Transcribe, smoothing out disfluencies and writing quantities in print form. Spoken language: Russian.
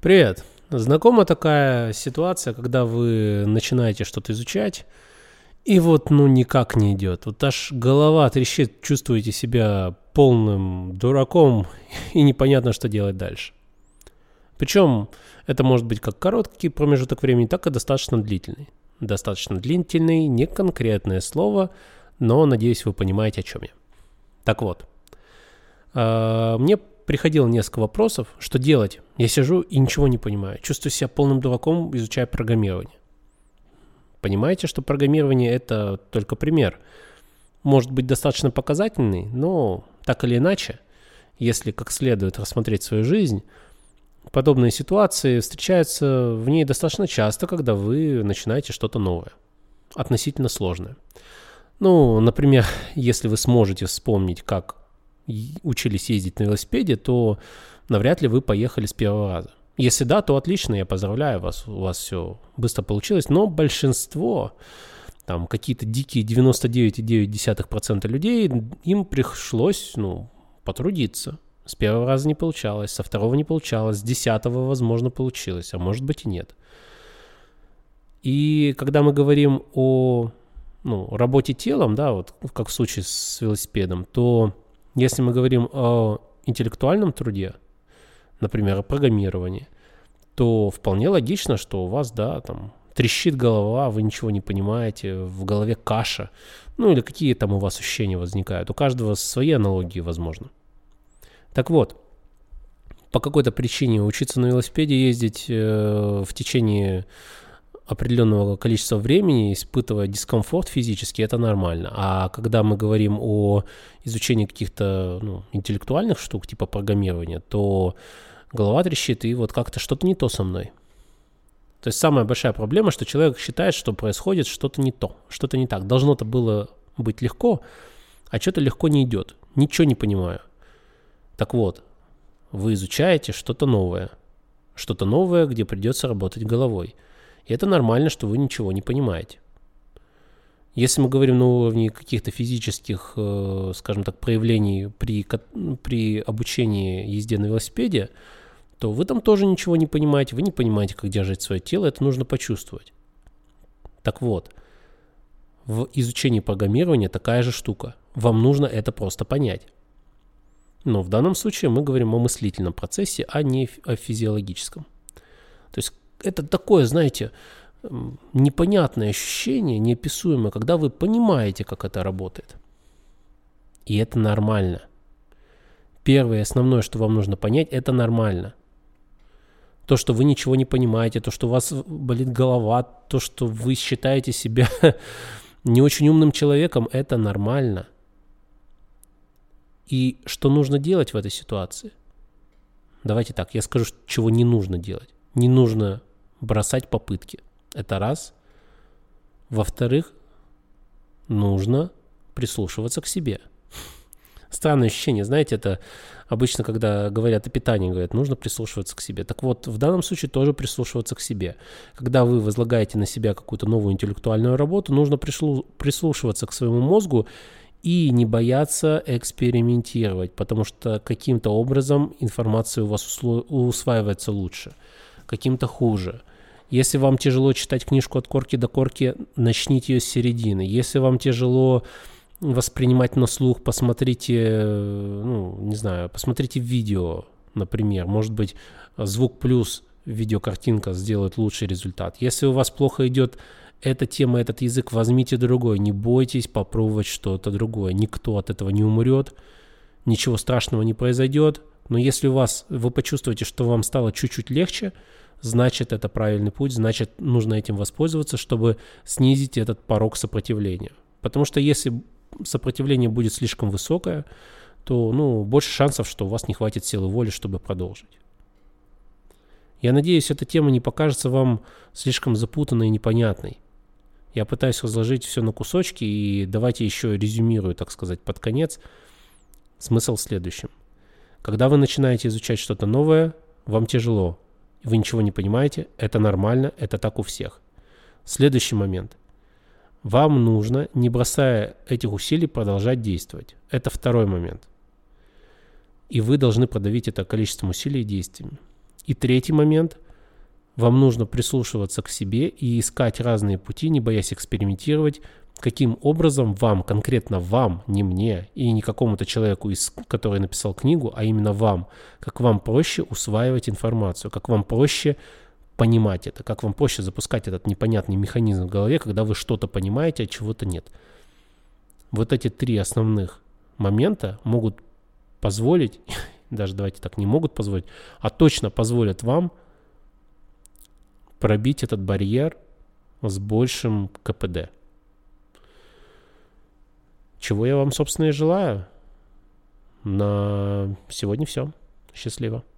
Привет. Знакома такая ситуация, когда вы начинаете что-то изучать, и вот никак не идет. Вот аж голова трещит, чувствуете себя полным дураком, и непонятно, что делать дальше. Причем это может быть как короткий промежуток времени, так и достаточно длительный. Достаточно длительный, не конкретное слово, но, надеюсь, вы понимаете, о чем я. Так вот, мне приходило несколько вопросов, что делать. Я сижу и ничего не понимаю. Чувствую себя полным дураком, изучая программирование. Понимаете, что программирование — это только пример. Может быть достаточно показательный, но так или иначе, если как следует рассмотреть свою жизнь, подобные ситуации встречаются в ней достаточно часто, когда вы начинаете что-то новое, относительно сложное. Например, если вы сможете вспомнить, как учились ездить на велосипеде, то навряд ли вы поехали с первого раза. Если да, то отлично, я поздравляю вас, у вас все быстро получилось, но большинство, там какие-то дикие 99,9% людей, им пришлось, потрудиться. С первого раза не получалось, со второго не получалось, с 10-го, возможно, получилось, а может быть и нет. И когда мы говорим о работе телом, да, вот как в случае с велосипедом, то если мы говорим о интеллектуальном труде, например, о программировании, то вполне логично, что у вас, трещит голова, вы ничего не понимаете, в голове каша, или какие там у вас ощущения возникают. У каждого свои аналогии, возможно. Так вот, по какой-то причине учиться на велосипеде ездить в течение определенного количества времени, испытывая дискомфорт физически, это нормально. А когда мы говорим о изучении каких-то интеллектуальных штук, типа программирования, то голова трещит, и вот как-то что-то не то со мной. То есть самая большая проблема, что человек считает, что происходит что-то не то, что-то не так. Должно-то было быть легко, а что-то легко не идет. Ничего не понимаю. Так вот, вы изучаете что-то новое, где придется работать головой. И это нормально, что вы ничего не понимаете. Если мы говорим на уровне каких-то физических, скажем так, проявлений при обучении езде на велосипеде, то вы там тоже ничего не понимаете, вы не понимаете, как держать свое тело, это нужно почувствовать. Так вот, в изучении программирования такая же штука. Вам нужно это просто понять. Но в данном случае мы говорим о мыслительном процессе, а не о физиологическом. То есть это такое, знаете, непонятное ощущение, неописуемое, когда вы понимаете, как это работает. И это нормально. Первое и основное, что вам нужно понять, это нормально. То, что вы ничего не понимаете, то, что у вас болит голова, то, что вы считаете себя не очень умным человеком, это нормально. И что нужно делать в этой ситуации? Давайте так, я скажу, чего не нужно делать. Не нужно бросать попытки. Это раз. Во-вторых, нужно прислушиваться к себе. Странное ощущение, знаете, это обычно, когда говорят о питании, говорят, нужно прислушиваться к себе. Так вот, в данном случае тоже прислушиваться к себе. Когда вы возлагаете на себя какую-то новую интеллектуальную работу, нужно прислушиваться к своему мозгу и не бояться экспериментировать, потому что каким-то образом информация у вас усваивается лучше, каким-то хуже. Если вам тяжело читать книжку от корки до корки, начните ее с середины. Если вам тяжело воспринимать на слух, посмотрите, посмотрите видео, например. Может быть, звук плюс видеокартинка сделает лучший результат. Если у вас плохо идет эта тема, этот язык, возьмите другой. Не бойтесь попробовать что-то другое. Никто от этого не умрет, ничего страшного не произойдет. Но если вы почувствуете, что вам стало чуть-чуть легче, значит, это правильный путь, значит, нужно этим воспользоваться, чтобы снизить этот порог сопротивления. Потому что если сопротивление будет слишком высокое, то больше шансов, что у вас не хватит силы воли, чтобы продолжить. Я надеюсь, эта тема не покажется вам слишком запутанной и непонятной. Я пытаюсь разложить все на кусочки, и давайте еще резюмирую, так сказать, под конец. Смысл в следующем. Когда вы начинаете изучать что-то новое, вам тяжело, вы ничего не понимаете, это нормально, это так у всех. Следующий момент. Вам нужно, не бросая этих усилий, продолжать действовать. Это второй момент. И вы должны продавить это количеством усилий и действиями. И третий момент. Вам нужно прислушиваться к себе и искать разные пути, не боясь экспериментировать, каким образом вам, конкретно вам, не мне и не какому-то человеку, который написал книгу, а именно вам, как вам проще усваивать информацию, как вам проще понимать это, как вам проще запускать этот непонятный механизм в голове, когда вы что-то понимаете, а чего-то нет. Вот эти 3 основных момента могут позволить, даже давайте так, не могут позволить, а точно позволят вам пробить этот барьер с большим КПД. Чего я вам, собственно, и желаю. На сегодня все. Счастливо.